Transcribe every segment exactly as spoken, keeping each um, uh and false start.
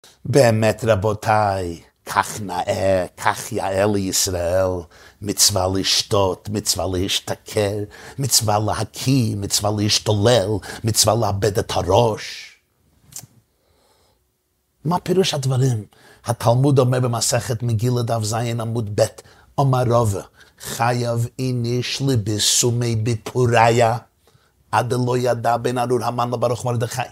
באמת רבותיי, כך נאה, כך יאה לישראל, מצווה לשתות, מצווה להשתכר, מצווה להקיא, מצווה להשתולל, מצווה לאבד את הראש. מה פירוש הדברים? התלמוד אומר במסכת מגילה דף זין עמוד ב', אומר רבא, חייב איניש לבסומי בפוריה, עד לא ידע בין ארור המן לברוך מרדכי.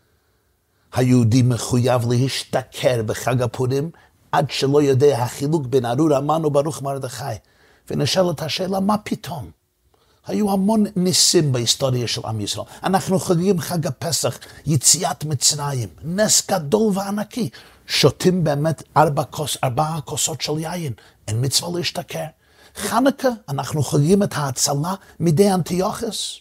היהודי מחויב להשתכר בחג הפורים, עד שלא יודע החילוק בין ארור המן וברוך מרדכי. ונשאלת השאלה, מה פתאום? היו המון ניסים בהיסטוריה של עם ישראל. אנחנו חוגגים חג הפסח, יציאת מצרים, נס גדול וענקי. שותים באמת ארבע, כוס, ארבע כוסות של יין, אין מצווה להשתכר. חנוכה, אנחנו חוגגים את ההצלה מידי אנטיוכוס.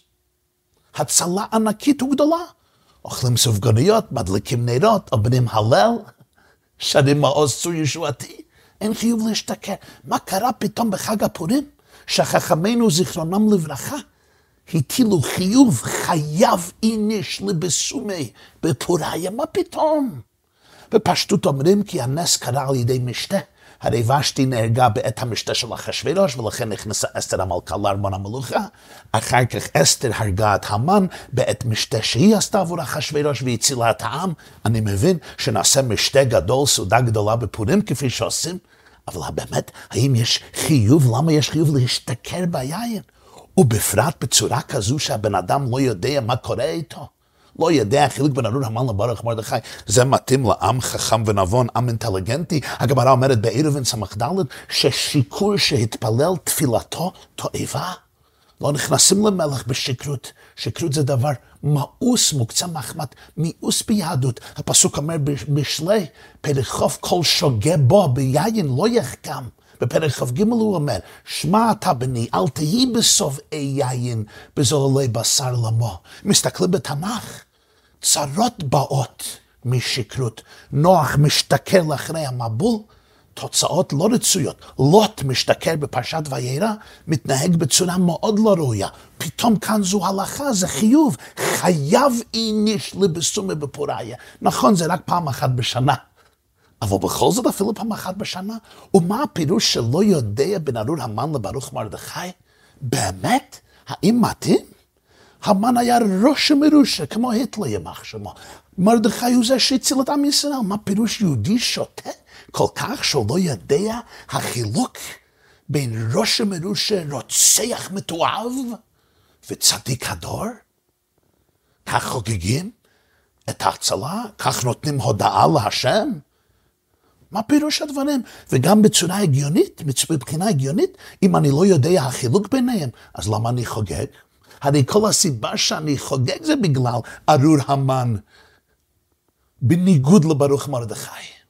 הצלה ענקית וגדולה. אוכלים סופגניות, מדליקים נרות, אומרים הלל, שרים מעוז צור ישועתי. אין חיוב להשתכר. מה קרה פתאום בחג הפורים? שחכמינו זיכרונם לברכה, הטילו חיוב חייב איניש לבסומי בפוריה. מה פתאום? בפשטות אומרים כי הנס קרה על ידי משתה. הרי ושתי נהרגה בעת המשתה של אחשוורוש, ולכן נכנסה אסתר המלכה לארמון המלוכה. אחר כך אסתר הרגה את המן בעת משתה שהיא עשתה עבור אחשוורוש והצילה את העם. אני מבין שנעשה משתה גדול, סעודה גדולה בפורים כפי שעושים, אבל באמת, האם יש חיוב? למה יש חיוב להשתכר ביין? ובפרט בצורה כזו שהבן אדם לא יודע מה קורה איתו. לא יודע חילוק בין ארור המן לברוך מרדכי. זה מתאים לעם חכם ונבון, עם אינטליגנטי. הגמרא אומרת בעירובין סמך ד' ששיקור שהתפלל תפילתו תועבה. לא נכנסים למלך בשכרות. שכרות זה דבר מאוס, מוקצה מחמת, מיאוס ביהדות. הפסוק אומר בשלי, פרק חוף כל שוגה בו ביין לא יחכם. בפרק חוף ג' הוא אומר, שמע אתה בני, אל תהי בסובעי יין, בזוללי בשר למו. מסתכלים בתנ"ך, צרות באות משכרות, נוח משתכר לאחרי המבול, תוצאות לא רצויות. לוט משתכר בפרשת וירא, מתנהג בצורה מאוד לא ראויה. פתאום כאן זו הלכה, זה חיוב. חייב איניש לבסומי בפוריה. נכון, זה רק פעם אחת בשנה. אבל בכל זאת אפילו פעם אחת בשנה. ומה הפירוש שלא יודע בין ארור המן לברוך מרדכי? באמת? האם מתאים? המן היה ראש מרושע, כמו היטלר יימח שמו. מרדכי הוא זה שהציל את עם ישראל. מה פירוש יהודי שותה? כל כך שהוא לא יודע החילוק בין ראש מרושע, רוצח מתועב, וצדיק הדור? כך חוגגים את ההצלה? כך נותנים הודעה להשם? מה פירוש הדברים? וגם בצורה הגיונית, מבחינה הגיונית, אם אני לא יודע החילוק ביניהם, אז למה אני חוגג? הרי כל הסיבה שאני חוגג זה בגלל ארור המן, בניגוד לברוך מרדכי.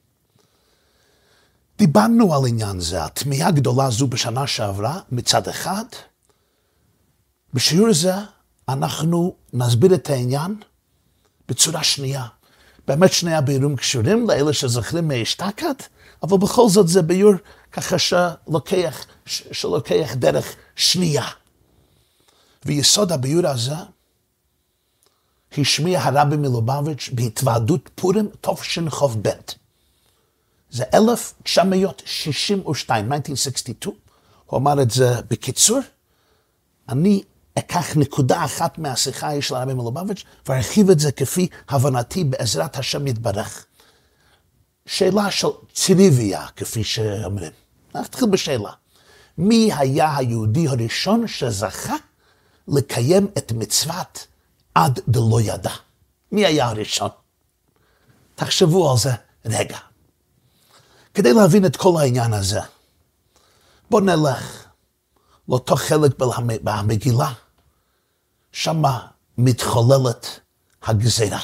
דיברנו על עניין זה, התמיהה גדולה זו בשנה שעברה, מצד אחד. בשיעור זה אנחנו נסביר את העניין בצורה שנייה. באמת שני הביאורים קשורים לאלה שזוכרים מאשתקד, אבל בכל זאת זה ביאור ככה שלוקח, שלוקח דרך שנייה. ויסוד הביאור הזה השמיע הרבי מלובביץ' בהתוועדות פורים תשכ"ב. זה אלף תשע מאות שישים ושתיים, אלף תשע מאות שישים ושתיים. הוא אמר את זה בקיצור. אני אקח נקודה אחת מהשיחה ההיא של הרבי מלובביץ' והרחיב את זה כפי הבנתי בעזרת השם יתברך. שאלה של טריוויה, כפי שאומרים. נתחיל בשאלה. מי היה היהודי הראשון שזכה לקיים את מצוות עד דלא ידע? מי היה הראשון? תחשבו על זה רגע. כדי להבין את כל העניין הזה, בוא נלך לאותו חלק במגילה, שמה מתחוללת הגזירה.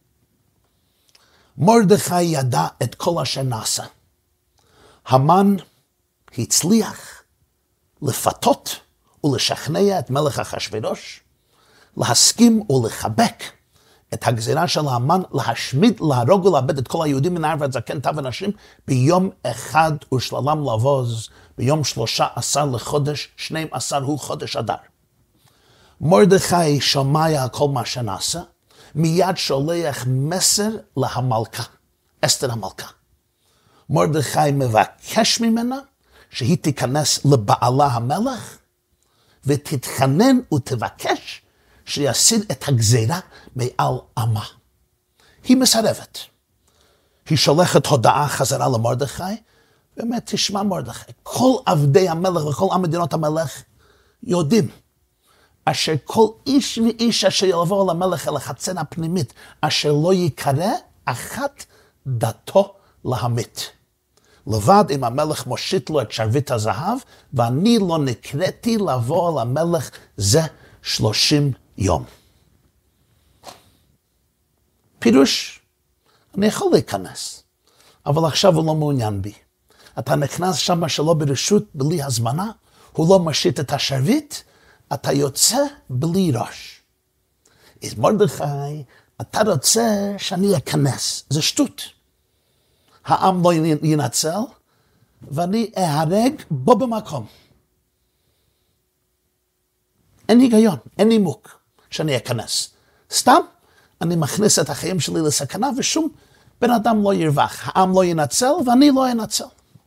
מרדכי ידע את כל אשר נעשה. המן הצליח לפתות ולשכנע את מלך אחשוורוש, להסכים ולחבק את הגזירה של המן להשמיד, להרוג ולאבד את כל היהודים מנער ועד זקן טף ונשים ביום אחד ושללם לבוז, ביום שלושה עשר לחודש, שנים עשר הוא חודש אדר. מרדכי שומע כל מה שנעשה, מיד שולח מסר להמלכה. אסתר המלכה. מרדכי מבקש ממנה שהיא תיכנס לבעלה המלך, ותתחנן ותבקש שיסיר את הגזירה מעל עמה. היא מסרבת. היא שולחת הודעה חזרה למרדכי, באמת תשמע מרדכי, כל עבדי המלך וכל המדינות המלך יודעים, אשר כל איש ואיש אשר יבוא למלך אל החצר הפנימית, אשר לא יקרא אחת דתו להמית. לבד אם המלך מושיט לו את שרביט הזהב, ואני לא נקראתי לבוא אל המלך זה שלושים יום. פירוש, אני יכול להיכנס, אבל עכשיו הוא לא מעוניין בי. אתה נכנס שם שלא ברשות, בלי הזמנה, הוא לא מושיט את השרביט, אתה יוצא בלי ראש. אז מרדכי, אתה רוצה שאני אכנס, זה שטות. העם לא ינצל, ואני אהרג בו במקום. אין היגיון, אין נימוק שאני אכנס. סתם, אני מכניס את החיים שלי לסכנה, ושום בן אדם לא ירווח. העם לא ינצל, ואני לא אנצל.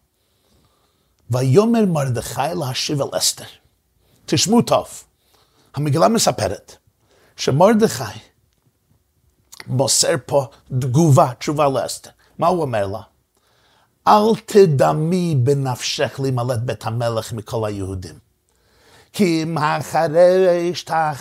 ויאמר מרדכי להשיב אל אסתר. תשמעו טוב, המגילה מספרת שמרדכי מוסר פה תגובה, תשובה לאסתר. מה הוא אומר לה? אל תדמי בנפשך להימלט בית המלך מכל היהודים. כי אם החרש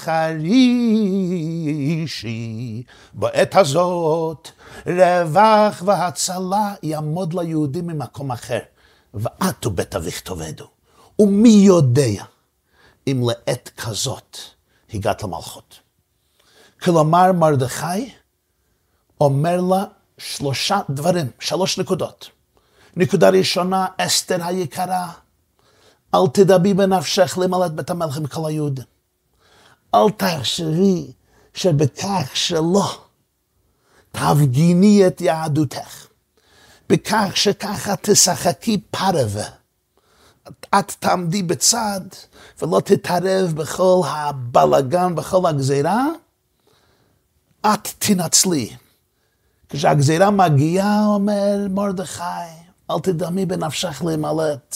תחרישי, בעת הזאת רווח והצלה יעמוד ליהודים ממקום אחר, ואת ובית אביך תאבדו. ומי יודע אם לעת כזאת הגעת למלכות. כלומר מרדכי אומר לה שלושה דברים, שלוש נקודות. נקודה ראשונה, אסתר היקרה, אל תדבי בנפשך למלט בית המלך מכל היהודים. אל תחשבי שבכך שלא תפגיני את יהדותך, בכך שככה תשחקי פרווה, את תעמדי בצד ולא תתערב בכל הבלגן, בכל הגזירה, את תנצלי. כשהגזירה מגיעה, אומר מרדכי, אל תדמי בנפשך להימלט.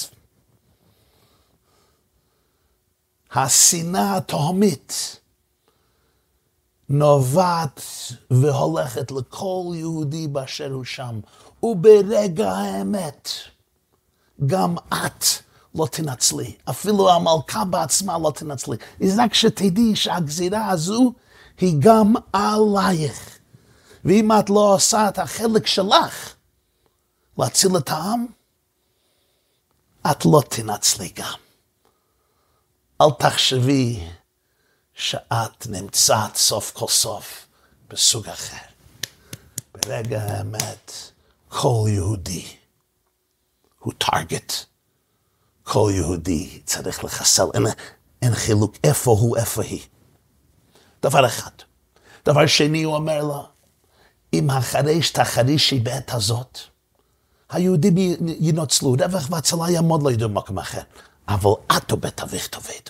השנאה התהומית נובעת והולכת לכל יהודי באשר הוא שם, וברגע האמת גם את לא תנצלי, אפילו המלכה בעצמה לא תנצלי. זה רק שתדעי שהגזירה הזו היא גם עלייך, ואם את לא עושה את החלק שלך להציל את העם, את לא תנצלי גם. אל תחשבי שאת נמצאת סוף כל סוף בסוג אחר. ברגע האמת, כל יהודי הוא טרגט. כל יהודי צריך לחסל, אין, אין חילוק איפה הוא, איפה היא. דבר אחד. דבר שני, הוא אומר לה, אם החרש תחרישי בעת הזאת, היהודים ינוצלו, רווח והצלה יעמוד לא ידעו במקום אחר. אבל את ובית אביך תאבדו.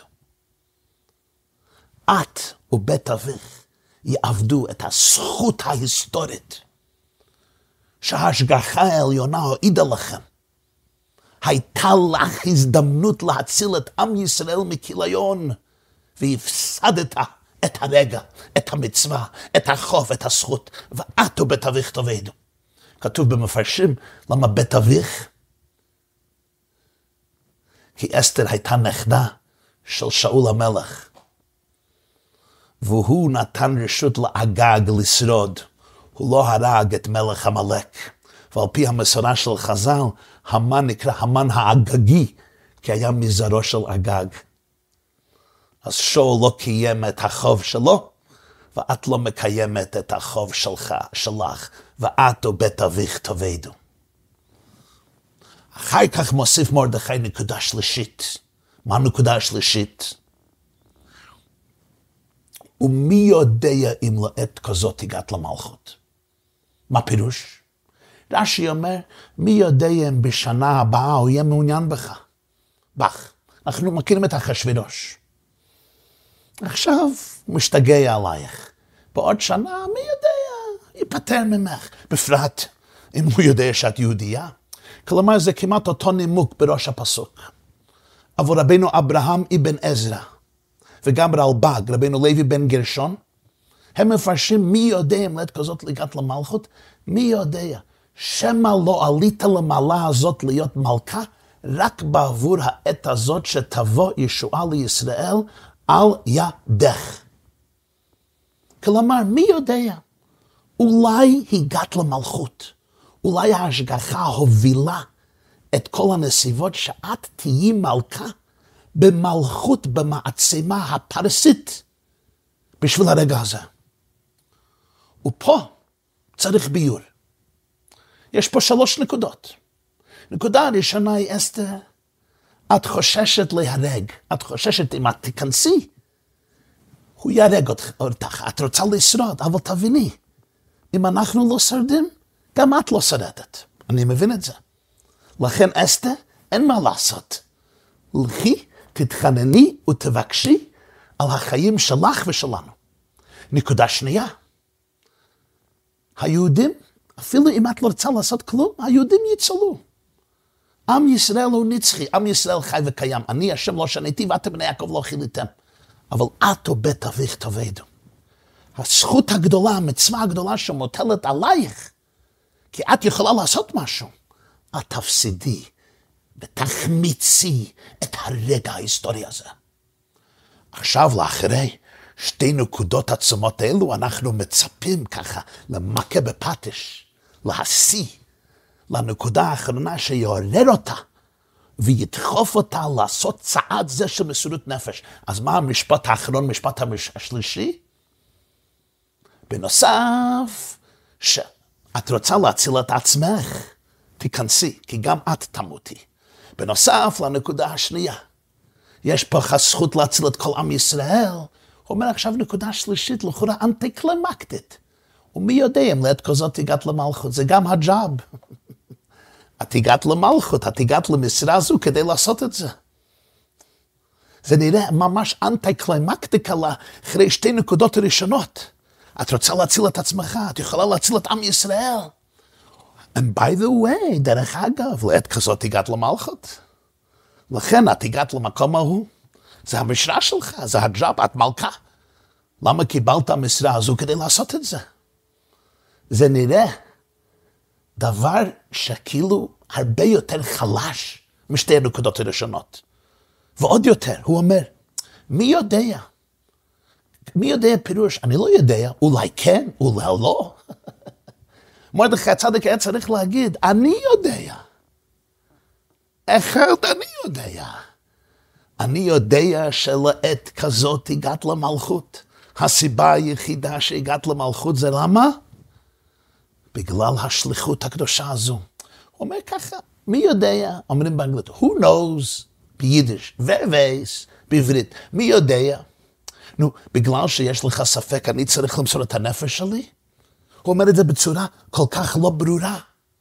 את ובית אביך יעבדו את הזכות ההיסטורית שההשגחה העליונה הועידה לכם. הייתה לך הזדמנות להציל את עם ישראל מכיליון, והפסדת את הרגע, את המצווה, את החוב, את הזכות, ואת ובית אביך תאבדו. כתוב במפרשים, למה בית אביך? כי אסתר הייתה נכדה של שאול המלך, והוא נתן רשות לאגג לשרוד. הוא לא הרג את מלך עמלק, ועל פי המסורה של חז"ל, המן נקרא המן האגגי, כי היה מזרעו של אגג. אז שאול לא קיים את החוב שלו, ואת לא מקיימת את החוב שלך, שלך, ואת ובית אביך תאבדו. אחר כך מוסיף מרדכי נקודה שלישית. מה הנקודה השלישית? ומי יודע אם לעת כזאת הגעת למלכות? מה פירוש? רש"י אומר, מי יודע אם בשנה הבאה הוא יהיה מעוניין בך? בך. אנחנו מכירים את אחשוורוש. עכשיו משתגע עלייך. בעוד שנה, מי יודע, ייפטר ממך. בפרט אם הוא יודע שאת יהודייה. כלומר, זה כמעט אותו נימוק בראש הפסוק. אבל רבינו אברהם אבן עזרא, וגם רלב"ג, רבינו לוי בן גרשון, הם מפרשים מי יודע אם לעת כזאת לגעת למלכות, מי יודע, שמא לא עלית למעלה הזאת להיות מלכה, רק בעבור העת הזאת שתבוא ישועה לישראל על ידך. כלומר, מי יודע? אולי הגעת למלכות, אולי ההשגחה הובילה את כל הנסיבות שאת תהיי מלכה במלכות במעצמה הפרסית בשביל הרגע הזה. ופה צריך ביור. יש פה שלוש נקודות. נקודה הראשונה היא, אסתר, את חוששת להרג, את חוששת אם את תיכנסי, הוא יהרג אותך, את רוצה לשרוד, אבל תביני, אם אנחנו לא שרדים, גם את לא שרדת. אני מבין את זה. לכן, אסתר, אין מה לעשות. לכי, תתחנני ותבקשי על החיים שלך ושלנו. נקודה שנייה, היהודים, אפילו אם את לא רוצה לעשות כלום, היהודים יצלו. עם ישראל הוא נצחי, עם ישראל חי וקיים. אני השם לא שניתי ואתם בני יעקב לא חיליתם. אבל את ובית אביך תאבדו. הזכות הגדולה, המצווה הגדולה שמוטלת עלייך, כי את יכולה לעשות משהו, את תפסידי ותחמיצי את הרגע ההיסטורי הזה. עכשיו לאחרי שתי נקודות עצומות אלו, אנחנו מצפים ככה למכה בפטיש, להשיא, לנקודה האחרונה שיעורר אותה, וידחוף אותה לעשות צעד זה של מסירות נפש. אז מה המשפט האחרון, משפט השלישי? בנוסף, שאת רוצה להציל את עצמך, תיכנסי, כי גם את תמותי. בנוסף לנקודה השנייה, יש פה הזכות להציל את כל עם ישראל. הוא אומר עכשיו נקודה שלישית, לכאורה אנטי-קלימקטית. ומי יודע אם לעת כזאת הגעת למלכות, זה גם הג'אב. את הגעת למלכות, את הגעת למשרה הזו כדי לעשות את זה. זה נראה ממש אנטי-קלימקטיקה אחרי שתי נקודות הראשונות. את רוצה להציל את עצמך, את יכולה להציל את עם ישראל. And by the way, דרך אגב, לעת כזאת הגעת למלכות. לכן את הגעת למקום ההוא. זה המשרה שלך, זה הג'אב, את מלכה. למה קיבלת המשרה הזו כדי לעשות את זה? זה נראה דבר שכאילו הרבה יותר חלש משתי הנקודות הראשונות. ועוד יותר, הוא אומר, מי יודע? מי יודע פירוש? אני לא יודע, אולי כן, אולי לא. מרדכי הצדיק היה צריך להגיד, אני יודע. אחד אני יודע. אני יודע שלעת כזאת הגעת למלכות. הסיבה היחידה שהגעת למלכות זה למה? בגלל השליחות הקדושה הזו. הוא אומר ככה, מי יודע? אומרים באנגלית, who knows? ביידיש, ווייס, בעברית, מי יודע? נו, בגלל שיש לך ספק, אני צריך למסור את הנפש שלי? הוא אומר את זה בצורה כל כך לא ברורה.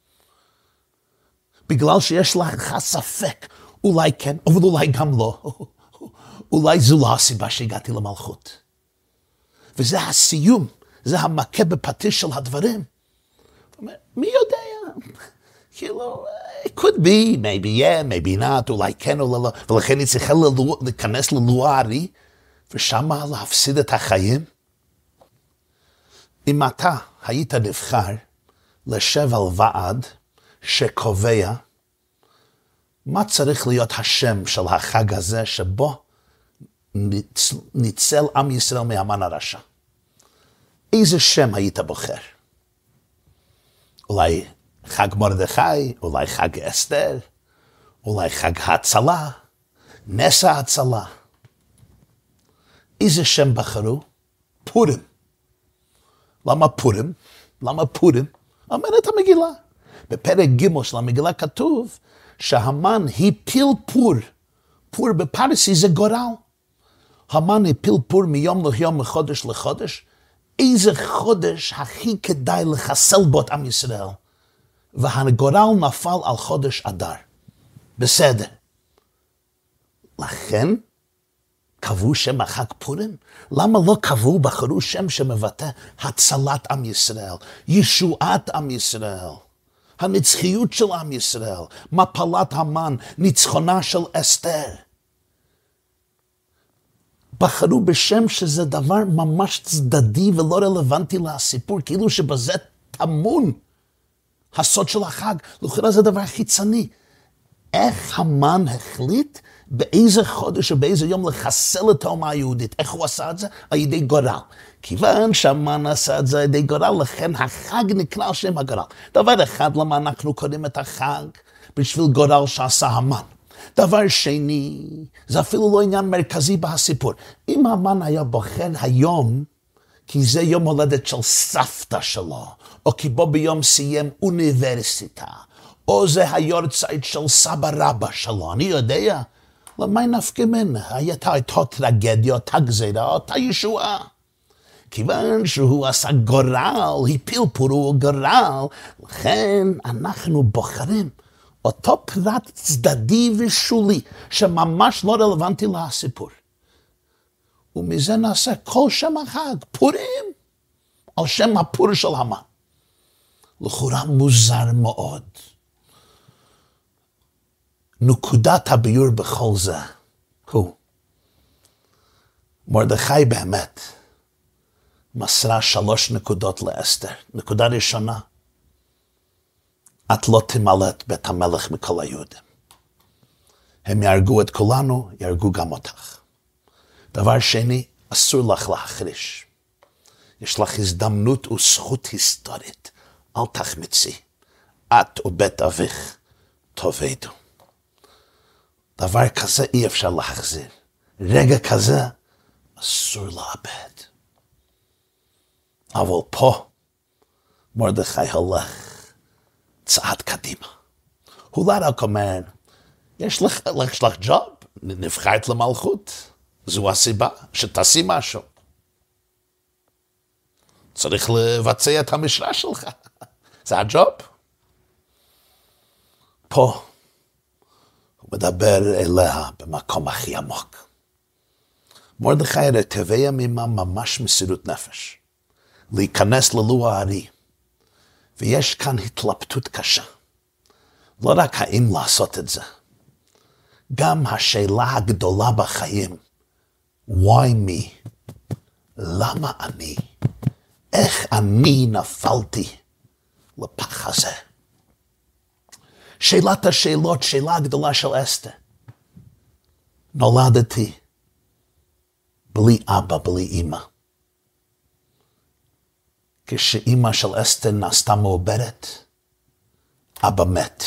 בגלל שיש לך ספק, אולי כן, אבל אולי גם לא. אולי זו לא הסיבה שהגעתי למלכות. וזה הסיום, זה המכה בפטיש של הדברים. הוא אומר, מי יודע? כאילו, it could be, maybe yeah, maybe not, אולי כן או לא, ולכן היא צריכה להיכנס ללוארי, ושם להפסיד את החיים. אם אתה היית נבחר לשב על ועד שקובע, מה צריך להיות השם של החג הזה שבו ניצל עם ישראל מהמן הרשע? איזה שם היית בוחר? אולי חג מרדכי, אולי חג אסתר, אולי חג ההצלה, נס ההצלה. איזה שם בחרו? פורים. למה פורים? למה פורים? אומרת המגילה. בפרק ג' של המגילה כתוב שהמן הפיל פור. פור בפרסי זה גורל. המן הפיל פור מיום ליום, מחודש לחודש. איזה חודש הכי כדאי לחסל בו את עם ישראל? והגורל נפל על חודש אדר. בסדר. לכן קבעו שם החג פורים? למה לא קבעו, בחרו שם שמבטא הצלת עם ישראל, ישועת עם ישראל? הנצחיות של עם ישראל, מפלת המן, ניצחונה של אסתר. בחרו בשם שזה דבר ממש צדדי ולא רלוונטי לסיפור, כאילו שבזה טמון הסוד של החג. לכאורה זה דבר חיצוני. איך המן החליט באיזה חודש או באיזה יום לחסל את האומה היהודית? איך הוא עשה את זה? על ידי גורל. כיוון שהמן עשה את זה על ידי גורל, לכן החג נקרא על שם הגורל. דבר אחד, למה אנחנו קוראים את החג? בשביל גורל שעשה המן. דבר שני, זה אפילו לא עניין מרכזי בסיפור. אם המן היה בוחר היום, כי זה יום הולדת של סבתא שלו, או כי בו ביום סיים אוניברסיטה, או זה היורצייט של סבא רבא שלו, אני יודע, למה נפקא מינה? הייתה אותה טרגדיה, אותה גזירה, אותה ישועה. כיוון שהוא עשה גורל, הפיל פורו גורל, לכן אנחנו בוחרים אותו פרט צדדי ושולי, שממש לא רלוונטי לסיפור. ומזה נעשה כל שם החג, פורים, על שם הפור של המן. לכאורה מוזר מאוד. נקודת הביור בכל זה הוא, מרדכי באמת מסרה שלוש נקודות לאסתר. נקודה ראשונה, את לא תמלא את בית המלך מכל היהודים. הם יהרגו את כולנו, יהרגו גם אותך. דבר שני, אסור לך להחריש. יש לך הזדמנות וזכות היסטורית. אל תחמצי. את ובית אביך תאבדו. דבר כזה אי אפשר להחזיר. רגע כזה אסור לאבד. אבל פה מרדכי הולך צעד קדימה. הוא לא רק אומר, יש לך, יש לך ג'וב, נבחרת למלכות. זו הסיבה שתעשי משהו. צריך לבצע את המשרה שלך. זה הג'וב. פה הוא מדבר אליה במקום הכי עמוק. מרדכי הרי תבע ממה ממש מסירות נפש. להיכנס ללוע הארי. ויש כאן התלבטות קשה. לא רק האם לעשות את זה. גם השאלה הגדולה בחיים. Why me? למה אני? איך אני נפלתי לפח הזה? שאלת השאלות, שאלה הגדולה של אסתר. נולדתי בלי אבא, בלי אמא. כשאמא של אסתר נעשתה מעוברת, אבא מת.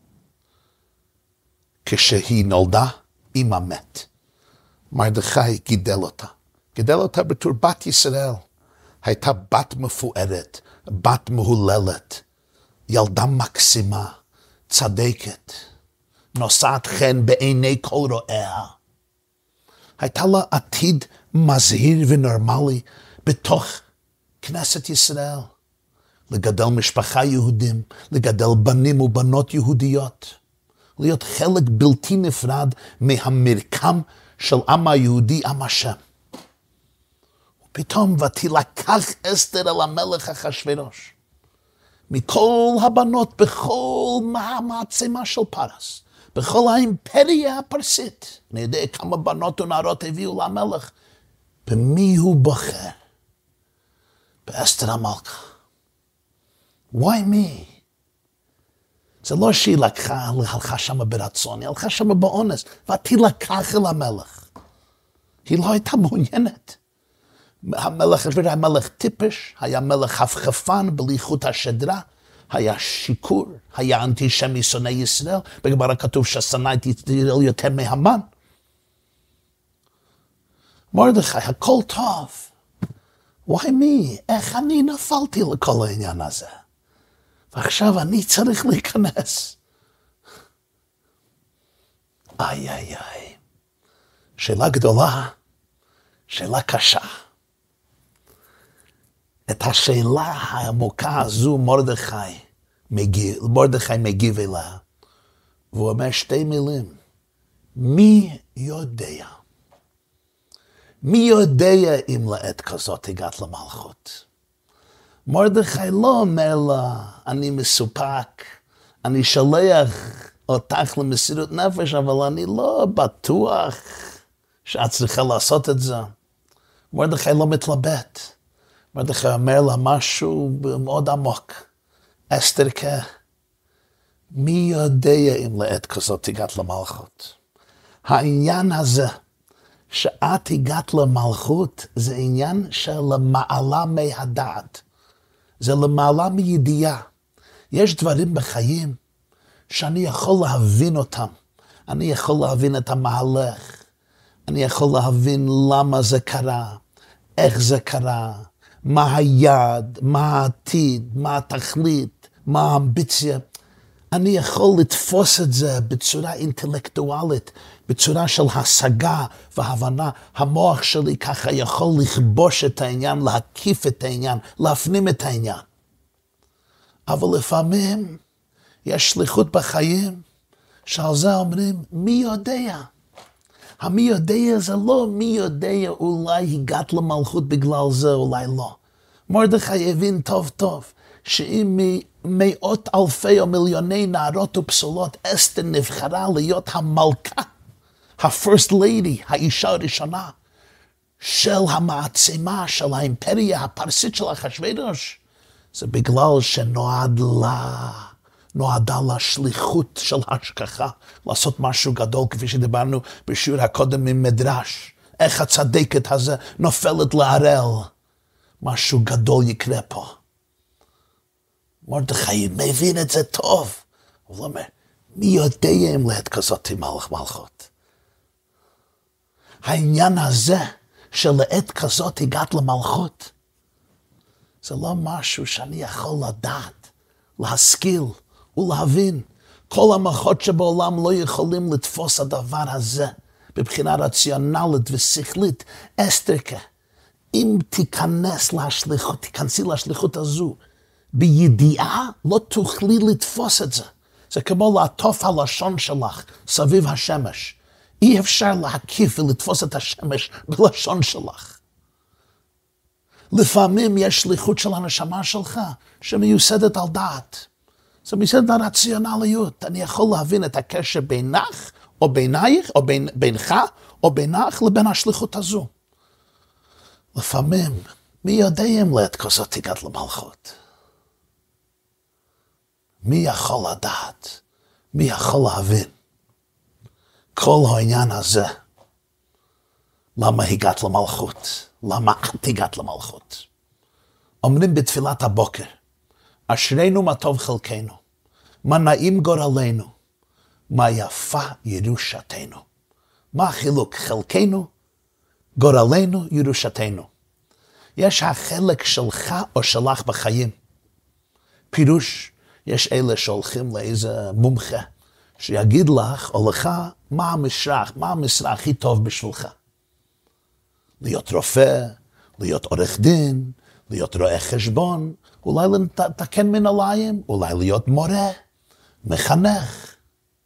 כשהיא נולדה, אמא מת. מרדכי גידל אותה. גידל אותה בתור בת ישראל. הייתה בת מפוארת, בת מהוללת, ילדה מקסימה, צדקת, נושאת חן בעיני כל רואיה. הייתה לה עתיד מזהיר ונורמלי בתוך כנסת ישראל. לגדל משפחה יהודים, לגדל בנים ובנות יהודיות. להיות חלק בלתי נפרד מהמרקם של עם היהודי, עם השם. ופתאום ותילקח אסתר אל המלך אחשוורוש. מכל הבנות, בכל המעצמה של פרס, בכל האימפריה הפרסית. אני יודע כמה בנות ונערות הביאו למלך. במי הוא בוחר? באסתר המלכה. Why me? זה לא שהיא לקחה, הלכה שם ברצון, היא הלכה שם באונס, ותילקח אל המלך. היא לא הייתה מעוניינת. המלך היה מלך טיפש, היה מלך חפחפן בלי חוט השדרה, היה שיקור, היה אנטישמי שונא ישראל, בגמרא כתוב ששנא את ישראל יותר מהמן. מרדכי, הכל טוב. Why me? איך אני נפלתי לכל העניין הזה? ועכשיו אני צריך להיכנס. איי איי איי. שאלה גדולה, שאלה קשה. את השאלה העמוקה הזו מרדכי מגיב, מרדכי מגיב אליה. והוא אומר שתי מילים. מי יודע? מי יודע אם לעת כזאת הגעת למלכות? מרדכי לא אומר לה, אני מסופק, אני שולח אותך למסירות נפש, אבל אני לא בטוח שאת צריכה לעשות את זה. מרדכי לא מתלבט. מרדכי אומר לה משהו מאוד עמוק. אסתרקה, מי יודע אם לעת כזאת הגעת למלכות? העניין הזה, שאת הגעת למלכות, זה עניין של למעלה מהדעת. זה למעלה מידיעה. יש דברים בחיים שאני יכול להבין אותם. אני יכול להבין את המהלך. אני יכול להבין למה זה קרה, איך זה קרה, מה היעד, מה העתיד, מה התכלית, מה האמביציה. אני יכול לתפוס את זה בצורה אינטלקטואלית, בצורה של השגה והבנה. המוח שלי ככה יכול לכבוש את העניין, להקיף את העניין, להפנים את העניין. אבל לפעמים יש שליחות בחיים, שעל זה אומרים, מי יודע? המי יודע זה לא מי יודע, אולי הגעת למלכות בגלל זה, אולי לא. מרדכי הבין טוב טוב, שאם מאות אלפי או מיליוני נערות ופסולות, אסתר נבחרה להיות המלכה, ה-first lady, האישה הראשונה, של המעצמה, של האימפריה הפרסית של אחשוורוש, זה בגלל שנועד לה, נועדה לה שליחות של השגחה, לעשות משהו גדול, כפי שדיברנו בשיעור הקודם ממדרש. איך הצדקת הזה נופלת להראל. משהו גדול יקרה פה. מרדכי מבין את זה טוב. הוא אומר, מי יודע אם לעת כזאת מלך מלכות? העניין הזה של לעת כזאת הגעת למלכות, זה לא משהו שאני יכול לדעת, להשכיל ולהבין. כל המוחות שבעולם לא יכולים לתפוס הדבר הזה, בבחינה רציונלית ושכלית. אסתרקה, אם תיכנס לשליחות, תיכנסי לשליחות הזו, בידיעה לא תוכלי לתפוס את זה. זה כמו לעטוף הלשון שלך סביב השמש. אי אפשר להקיף ולתפוס את השמש בלשון שלך. לפעמים יש שליחות של הנשמה שלך שמיוסדת על דעת. זה מיוסדת על רציונליות. אני יכול להבין את הקשר בינך או בינך או בין, בינך או בינך לבין השליחות הזו. לפעמים, מי יודע אם לעת כזאת הגעת למלכות? מי יכול לדעת? מי יכול להבין? כל העניין הזה, למה הגעת למלכות? למה את הגעת למלכות? אומרים בתפילת הבוקר, אשרינו מה טוב חלקנו, מה נעים גורלנו, מה יפה ירושתנו. מה החילוק? חלקנו, גורלנו, ירושתנו. יש החלק שלך או שלך בחיים. פירוש, יש אלה שהולכים לאיזה מומחה, שיגיד לך או לך מה המשרה, מה המשרה הכי טוב בשבילך. להיות רופא, להיות עורך דין, להיות רואה חשבון, אולי לתקן מנהליים, אולי להיות מורה, מחנך,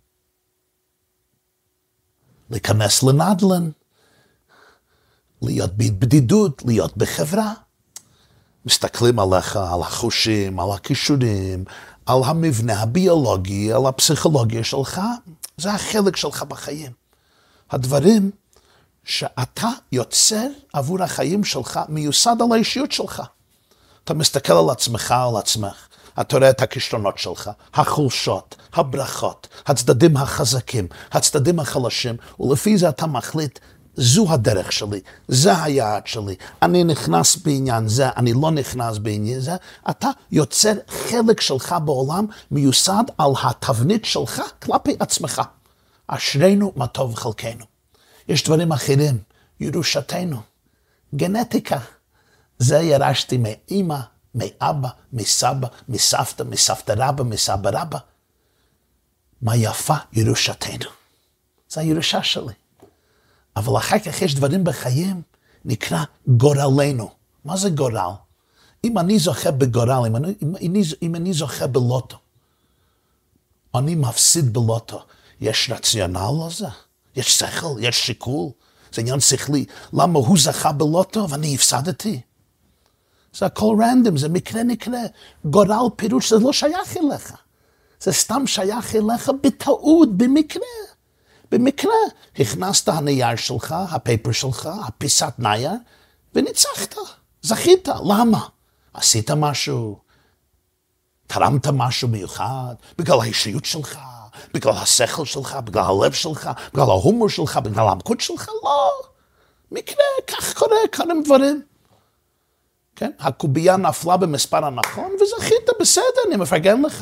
להיכנס לנדל"ן, להיות בבדידות, להיות בחברה. מסתכלים עליך, על החושים, על הכישורים, על המבנה הביולוגי, על הפסיכולוגיה שלך, זה החלק שלך בחיים. הדברים שאתה יוצר עבור החיים שלך מיוסד על האישיות שלך. אתה מסתכל על עצמך, על עצמך, אתה רואה את הכישרונות שלך, החולשות, הברכות, הצדדים החזקים, הצדדים החלשים, ולפי זה אתה מחליט, זו הדרך שלי, זה היעד שלי, אני נכנס בעניין זה, אני לא נכנס בעניין זה. אתה יוצר חלק שלך בעולם מיוסד על התבנית שלך כלפי עצמך. אשרינו מה טוב חלקנו. יש דברים אחרים, ירושתנו, גנטיקה. זה ירשתי מאמא, מאבא, מסבא, מסבתא, מסבתא רבא, מסבא רבא. מה יפה ירושתנו. זה הירושה שלי. אבל אחר כך יש דברים בחיים, נקרא גורלנו. מה זה גורל? אם אני זוכה בגורל, אם אני, אם אני, אם אני זוכה בלוטו, אני מפסיד בלוטו, יש רציונל לזה? יש שכל, יש שיקול, זה עניין שכלי. למה הוא זכה בלוטו ואני הפסדתי? זה הכל רנדום, זה מקרה נקרה. גורל פירוש, זה לא שייך אליך. זה סתם שייך אליך בטעות, במקרה. במקרה, הכנסת הנייר שלך, הפייפר שלך, הפיסת נייר, וניצחת, זכית. למה? עשית משהו, תרמת משהו מיוחד, בגלל האישיות שלך, בגלל השכל שלך, בגלל הלב שלך, בגלל ההומור שלך, בגלל העמקות שלך? לא. מקרה, כך קורה, קודם דברים. כן? הקובייה נפלה במספר הנכון, וזכית, בסדר, אני מפרגן לך.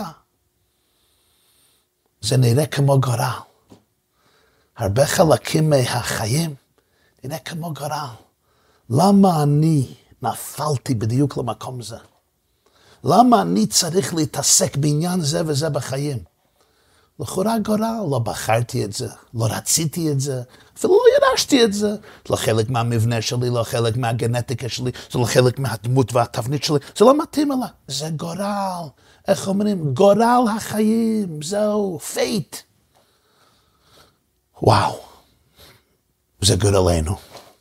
זה נראה כמו גורל. הרבה חלקים מהחיים נראה כמו גורל. למה אני נפלתי בדיוק למקום זה? למה אני צריך להתעסק בעניין זה וזה בחיים? לכאורה גורל, לא בחרתי את זה, לא רציתי את זה, אפילו לא ירשתי את זה. זה לא חלק מהמבנה שלי, לא חלק מהגנטיקה שלי, זה לא חלק מהדמות והתבנית שלי, זה לא מתאים אליי. זה גורל, איך אומרים? גורל החיים, זהו, פייט. וואו, זה גורלנו.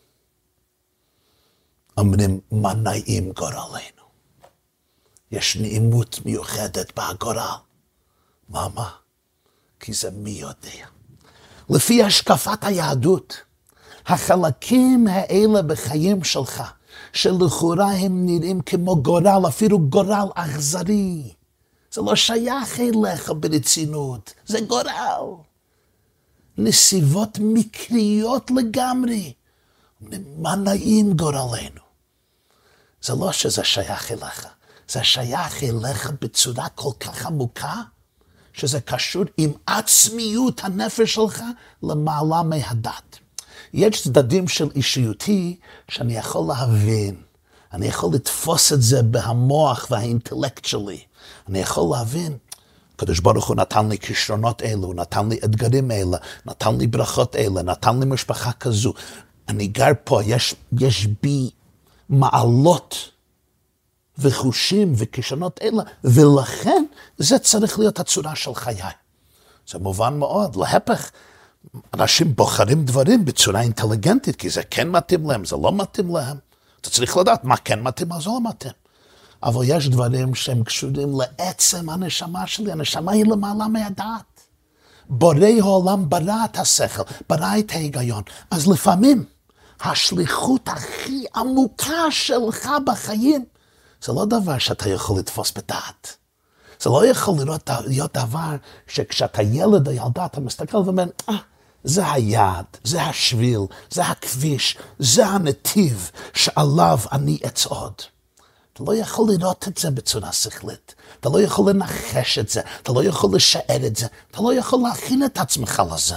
אומרים, מה נעים גורלנו? יש נעימות מיוחדת בגורל. למה? כי זה מי יודע. לפי השקפת היהדות, החלקים האלה בחיים שלך, שלכאורה הם נראים כמו גורל, אפילו גורל אכזרי. זה לא שייך אליך ברצינות, זה גורל. נסיבות מקריות לגמרי. מה נעים גורלנו? זה לא שזה שייך אליך, זה שייך אליך בצורה כל כך עמוקה, שזה קשור עם עצמיות הנפש שלך למעלה מהדת. יש צדדים של אישיותי שאני יכול להבין, אני יכול לתפוס את זה בהמוח והאינטלקט שלי. אני יכול להבין, הקדוש ברוך הוא נתן לי כישרונות אלו, נתן לי אתגרים אלה, נתן לי ברכות אלה, נתן לי משפחה כזו. אני גר פה, יש, יש בי מעלות וחושים וכישרונות אלה, ולכן זה צריך להיות הצורה של חיי. זה מובן מאוד, להפך, אנשים בוחרים דברים בצורה אינטליגנטית, כי זה כן מתאים להם, זה לא מתאים להם. אתה צריך לדעת מה כן מתאים, מה זה לא מתאים. אבל יש דברים שהם קשורים לעצם הנשמה שלי, הנשמה היא למעלה מהדעת. בורא העולם ברא את השכל, ברא את ההיגיון. אז לפעמים השליחות הכי עמוקה שלך בחיים, זה לא דבר שאתה יכול לתפוס בדעת. זה לא יכול להיות, להיות דבר שכשאתה ילד או ילדה, אתה מסתכל ואומר, אה, זה היעד, זה השביל, זה הכביש, זה הנתיב שעליו אני אצעוד. אתה לא יכול לראות את זה בצורה שכלית. אתה לא יכול לנחש את זה. אתה לא יכול לשער את זה. אתה לא יכול להכין את עצמך לזה.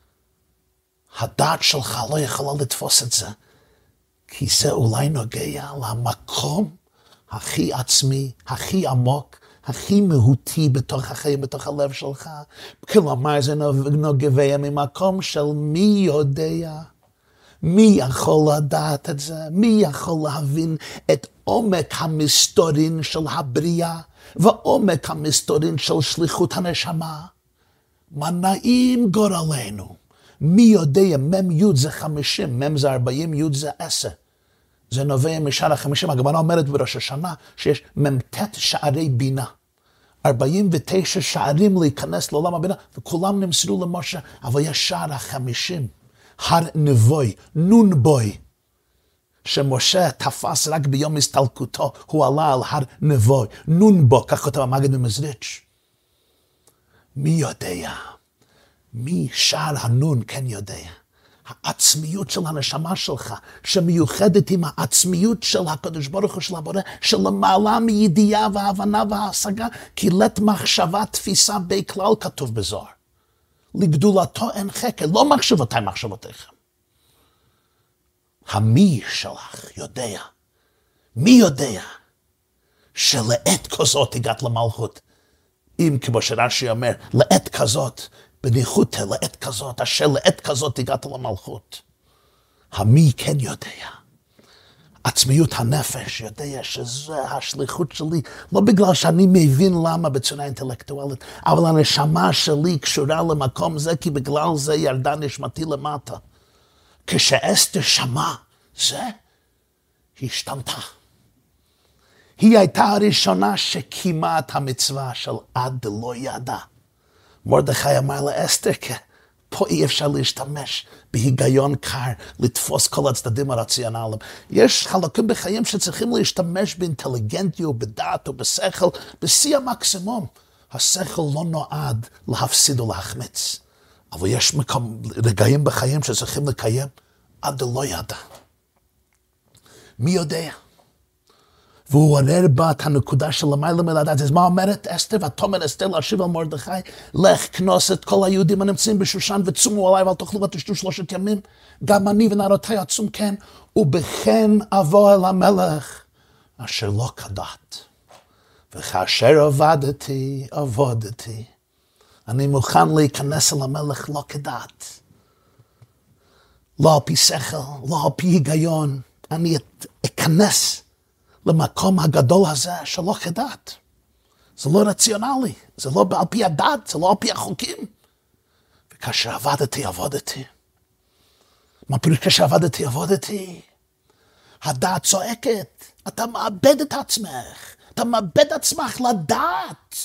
הדעת שלך לא יכולה לתפוס את זה. כי זה אולי נוגע למקום הכי עצמי, הכי עמוק, הכי מהותי בתוך החיים, בתוך הלב שלך. כלומר, זה נוגע ממקום של מי יודע. מי יכול לדעת את זה? מי יכול להבין את עומק המסתורין של הבריאה ועומק המסתורין של שליחות הנשמה? מה נעים גורלנו? מי יודע? מם י' זה חמישים, מם זה ארבעים, י' זה עשר. זה נובע משער החמישים. הגמרא אומרת בראש השנה שיש מ"ט שערי בינה. ארבעים ותשע שערים להיכנס לעולם הבינה, וכולם נמסרו למשה, אבל יש שער החמישים. הר נבוי, נון בוי, שמשה תפס רק ביום הסתלקותו, הוא עלה על הר נבוי, נון בו, כך כותב המגד ממזריץ'. מי יודע? מי שער הנון כן יודע? העצמיות של הנשמה שלך, שמיוחדת עם העצמיות של הקדוש ברוך הוא של הבורא, שלמעלה מידיעה והבנה וההשגה, כי לית מחשבה תפיסה בי כלל כתוב בזוהר. לגדולתו אין חקר, לא מחשבותיי מחשבותיכם. המי שלך יודע, מי יודע שלעת כזאת הגעת למלכות? אם כמו שרש"י אומר, לעת כזאת, בניחותא לעת כזאת, אשר לעת כזאת הגעת למלכות. המי כן יודע? עצמיות הנפש יודע שזה השליחות שלי, לא בגלל שאני מבין למה בצורה אינטלקטואלית, אבל הנשמה שלי קשורה למקום זה, כי בגלל זה ירדה נשמתי למטה. כשאסתר שמעה, זה השתנתה. היא הייתה הראשונה שקיימה את המצווה של עד דלא ידע. מרדכי אמר לאסתר, פה אי אפשר להשתמש בהיגיון קר, לתפוס כל הצדדים הרציונליים. יש חלקים בחיים שצריכים להשתמש באינטליגנטיות, בדעת או בשכל, בשיא המקסימום. השכל לא נועד להפסיד או להחמיץ. אבל יש מקום, רגעים בחיים שצריכים לקיים עד דלא ידע. מי יודע? והוא עורר בה את הנקודה של למעלה מלדעת. אז מה אומרת אסתר? ותאמר אסתר להשיב על מרדכי, לך כנוס את כל היהודים הנמצאים בשושן וצומו עליי ואל תאכלו ותשתו שלושת ימים. גם אני ונערותי אצום כן, ובכן אבוא אל המלך אשר לא כדת. וכאשר עבדתי, עבודתי. אני מוכן להיכנס אל המלך לא כדת. לא על פי שכל, לא על פי היגיון. אני אכנס למקום הגדול הזה שלא כדת. זה לא רציונלי, זה לא על פי הדת, זה לא על פי החוקים. וכאשר עבדתי, עבודתי. מה פירוש כאשר עבדתי, עבודתי? הדת צועקת, אתה מאבד את עצמך, אתה מאבד עצמך לדעת.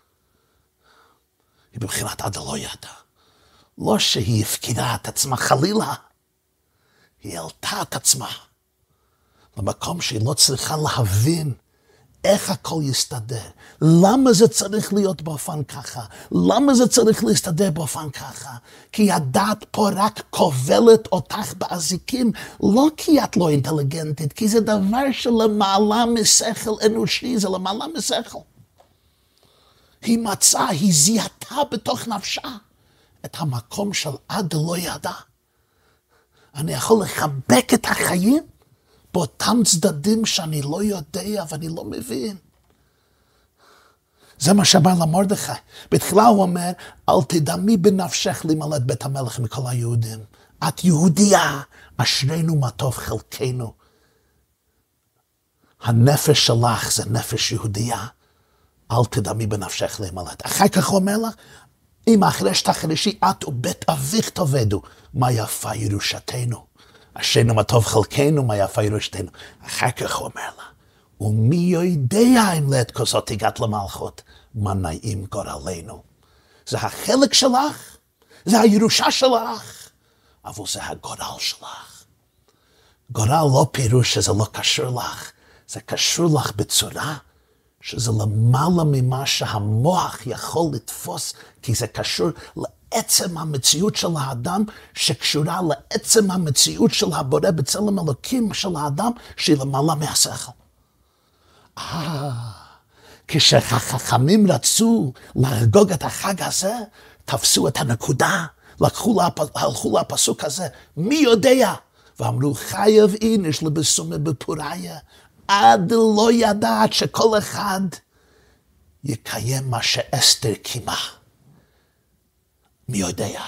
היא בבחינת עד לא ידע. לא שהיא הפקידה את עצמה חלילה, היא העלתה את עצמה. למקום שהיא לא צריכה להבין איך הכל יסתדר. למה זה צריך להיות באופן ככה? למה זה צריך להסתדר באופן ככה? כי הדת פה רק כובלת אותך באזיקים, לא כי את לא אינטליגנטית, כי זה דבר שלמעלה משכל אנושי, זה למעלה משכל. היא מצאה, היא זיהתה בתוך נפשה את המקום של עד לא ידע. אני יכול לחבק את החיים באותם צדדים שאני לא יודע ואני לא מבין. זה מה שאמר למרדכי. בתחילה הוא אומר, אל תדמי בנפשך למלא בית המלך מכל היהודים. את יהודייה, אשרינו מה טוב חלקנו. הנפש שלך זה נפש יהודייה. אל תדמי בנפשך למלא. אחר כך הוא אומר לך, אם אחרי שתחרשי את ובית אביך תאבדו, מה יפה ירושתנו. אשרינו מה טוב חלקנו, מה יפה ירושתנו. אחר כך הוא אומר לה, ומי יודע אם לעת כזאת הגעת למלכות, מה נעים גורלנו. זה החלק שלך, זה הירושה שלך, אבל זה הגורל שלך. גורל לא פירוש שזה לא קשור לך, זה קשור לך בצורה שזה למעלה ממה שהמוח יכול לתפוס, כי זה קשור לעצם המציאות של האדם, שקשורה לעצם המציאות של הבורא בצלם אלוקים של האדם, שהיא למעלה מהשכל. אה, כשהחכמים רצו לחגוג את החג הזה, תפסו את הנקודה, לקחו לה, הלכו לפסוק הזה, מי יודע? ואמרו, חייב איניש לבסומי בפוריה, עד לא ידעת שכל אחד יקיים מה שאסתר קיימה. מי יודע?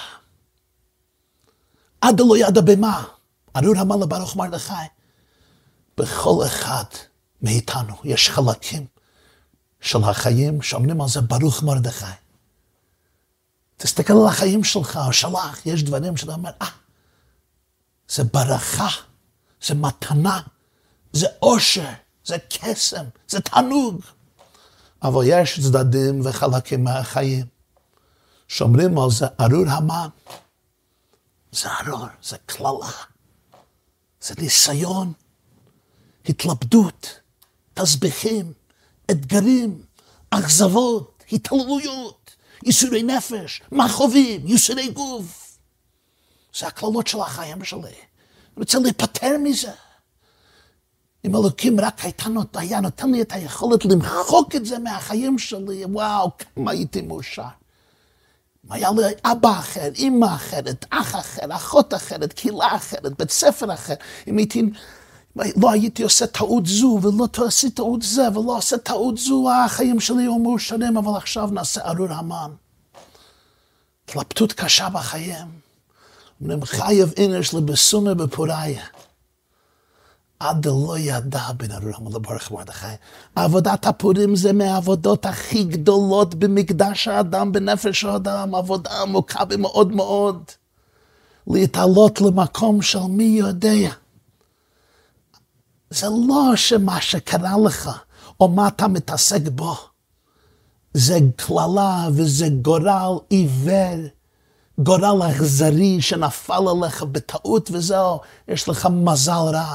עד לא ידע במה? ארור המן לברוך מרדכי. בכל אחד מאיתנו יש חלקים של החיים שאומרים על זה ברוך מרדכי. תסתכל על החיים שלך או שלך, יש דברים שאתה אומר, אה, זה ברכה, זה מתנה, זה עושר, זה קסם, זה תענוג. אבל יש צדדים וחלקים מהחיים שאומרים על זה ארור המן. זה ארור, זה כללה, זה ניסיון, התלבטות, תסביכים, אתגרים, אכזבות, התעללויות, ייסורי נפש, מכאובים, ייסורי גוף. זה הכללות של החיים שלי. אני רוצה להיפטר מזה. אם אלוקים רק היה נותן לי את היכולת למחוק את זה מהחיים שלי, וואו, כמה הייתי מאושר. אם היה לי אבא אחר, אמא אחרת, אח אחר, אחות אחרת, קהילה אחרת, בית ספר אחר, אם הייתי, לא הייתי עושה טעות זו, ולא עושה טעות זה, ולא עושה טעות זו, החיים שלי היו מאושרים, אבל עכשיו נעשה ארור המן. התלבטות קשה בחיים. אומרים, חייב איניש לבסומי בפוריה. עד לא ידע בין ארור המן לברוך מרדכי. עבודת הפורים זה מהעבודות הכי גדולות במקדש האדם, בנפש האדם, עבודה עמוקה מאוד מאוד. להתעלות למקום של מי יודע. זה לא שמה שקרה לך, או מה אתה מתעסק בו. זה כללה וזה גורל עיוור, גורל אכזרי שנפל עליך בטעות וזהו, יש לך מזל רע.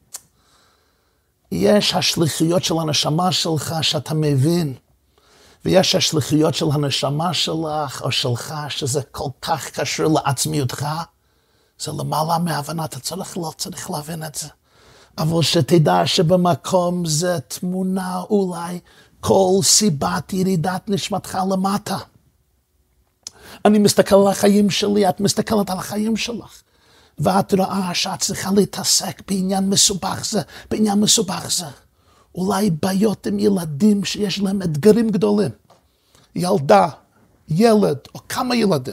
יש השליחיות של הנשמה שלך שאתה מבין, ויש השליחיות של הנשמה שלך או שלך שזה כל כך קשור לעצמיותך, זה למעלה מהבנה, אתה צריך, לא צריך להבין את זה. אבל שתדע שבמקום זה תמונה אולי כל סיבת ירידת נשמתך למטה. אני מסתכל על החיים שלי, את מסתכלת על החיים שלך, ואת רואה שאת צריכה להתעסק בעניין מסובך זה, בעניין מסובך זה. אולי בעיות עם ילדים שיש להם אתגרים גדולים. ילדה, ילד, או כמה ילדים.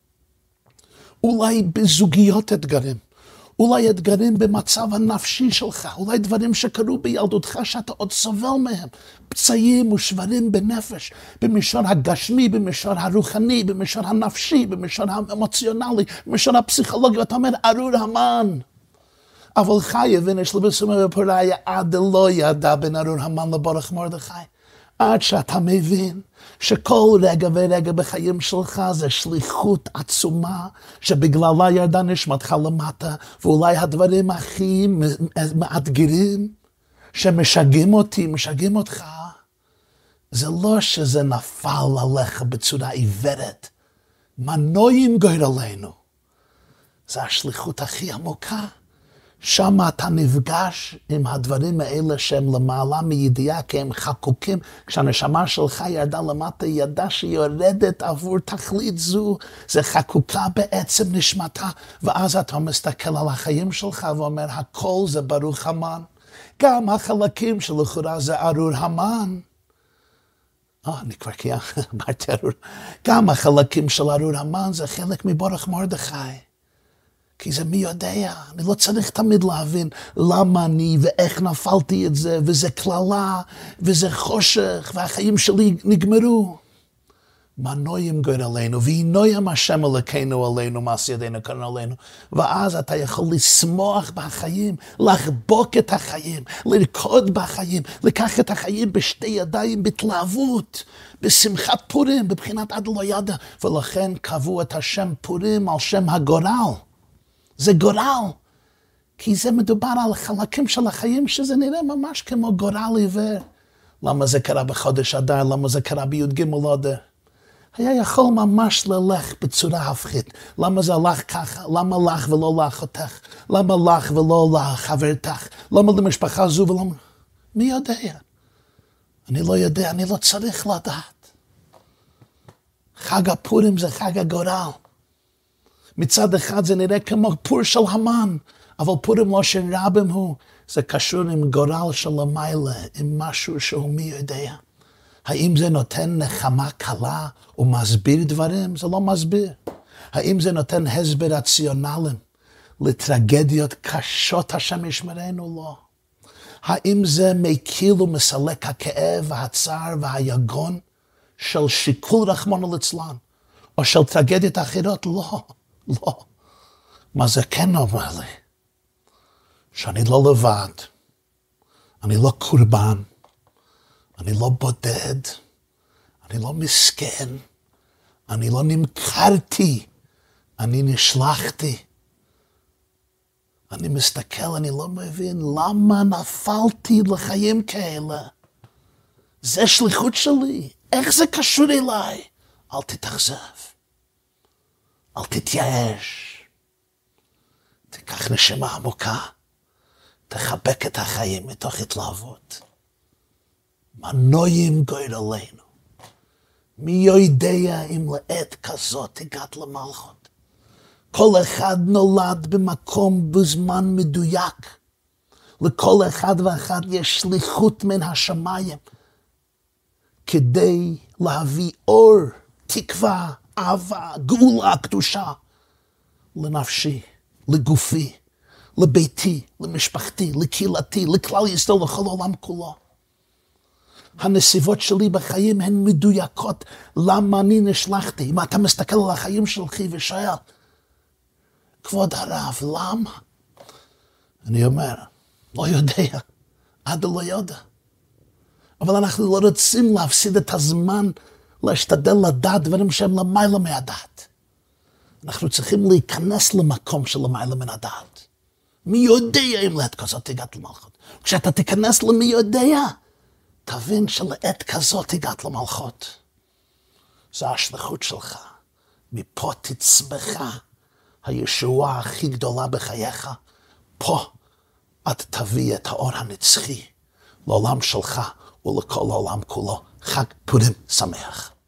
אולי בזוגיות אתגרים. אולי אתגרים במצב הנפשי שלך. אולי דברים שקרו בילדותך שאתה עוד סובל מהם. פצעים ושברים בנפש. במישור הגשמי, במישור הרוחני, במישור הנפשי, במישור האמוציונלי, במישור הפסיכולוגי. ואתה אומר, ארור המן. אבל חייב, ונש לבסומי בפוריה, עד לא ידע בין ארור המן לבורך מרדכי. עד שאתה מבין שכל רגע ורגע בחיים שלך זה שליחות עצומה, שבגללה ירדה נשמתך למטה, ואולי הדברים הכי מאתגרים, שמשגעים אותי, משגעים אותך, זה לא שזה נפל עליך בצורה עיוורת, מנועים גורלנו. זה השליחות הכי עמוקה. שם אתה נפגש עם הדברים האלה שהם למעלה מידיעה, כי הם חקוקים. כשהנשמה שלך ירדה למטה, היא ידעה שהיא יורדת עבור תכלית זו, זה חקוקה בעצם נשמתה, ואז אתה מסתכל על החיים שלך ואומר, הכל זה ברוך המן. גם החלקים שלכאורה זה ארור המן. אה, אני כבר כי אמרתי ארור. גם החלקים של ארור המן זה חלק מבורך מרדכי. כי זה מי יודע, אני לא צריך תמיד להבין למה אני ואיך נפלתי את זה, וזה כללה, וזה חושך, והחיים שלי נגמרו. מנועים גורלנו, וינוים השם אלוקינו עלינו, מעשה ידינו כאן עלינו. ואז אתה יכול לשמוח בחיים, לחבוק את החיים, לרקוד בחיים, לקח את החיים בשתי ידיים בתלהבות, בשמחת פורים, בבחינת עד לא ידע. ולכן קבעו את השם פורים על שם הגורל. זה גורל, כי זה מדובר על חלקים של החיים שזה נראה ממש כמו גורל עיוור. למה זה קרה בחודש אדר? למה זה קרה בי"ג אדר? היה יכול ממש ללך בצורה הפכית. למה זה הלך ככה? למה לך ולא לאחותך? למה לך ולא לחברתך? למה למשפחה זו ולמה? מי יודע? אני לא יודע, אני לא צריך לדעת. חג הפורים זה חג הגורל. מצד אחד זה נראה כמו פור של המן, אבל פורים לא של רבים הוא, זה קשור עם גורל של המיילה, עם משהו שהוא מי יודע. האם זה נותן נחמה קלה ומסביר דברים? זה לא מסביר. האם זה נותן הסבר רציונליים לטרגדיות קשות השם ישמרנו? לא. האם זה מקיל ומסלק הכאב והצער והיגון של שיקול רחמנא ליצלן, או של טרגדיות אחרות? לא. לא. מה זה כן אומר לי? שאני לא לבד, אני לא קורבן, אני לא בודד, אני לא מסכן, אני לא נמכרתי, אני נשלחתי. אני מסתכל, אני לא מבין למה נפלתי לחיים כאלה. זה שליחות שלי, איך זה קשור אליי? אל תתאכזב. אל תתייאש, תיקח נשימה עמוקה, תחבק את החיים מתוך התלהבות. מנועים גורלנו. מי יודע אם לעת כזאת הגעת למלכות. כל אחד נולד במקום בזמן מדויק. לכל אחד ואחד יש שליחות מן השמיים, כדי להביא אור, תקווה, אהבה, גאולה, קדושה, לנפשי, לגופי, לביתי, למשפחתי, לקהילתי, לכלל ישראל, לכל העולם כולו. הנסיבות שלי בחיים הן מדויקות. למה אני נשלחתי? אם אתה מסתכל על החיים שלך ושואל, כבוד הרב, למה? אני אומר, לא יודע, עד לא יודע. אבל אנחנו לא רוצים להפסיד את הזמן להשתדל לדעת דברים שהם למעלה מהדעת. אנחנו צריכים להיכנס למקום של למעלה מן הדעת. מי יודע אם לעת כזאת הגעת למלכות. כשאתה תיכנס למי יודע, תבין שלעת כזאת הגעת למלכות. זו השליחות שלך. מפה תצמח הישועה הכי גדולה בחייך. פה את תביא את האור הנצחי לעולם שלך ולכל העולם כולו. חג פורים שמח.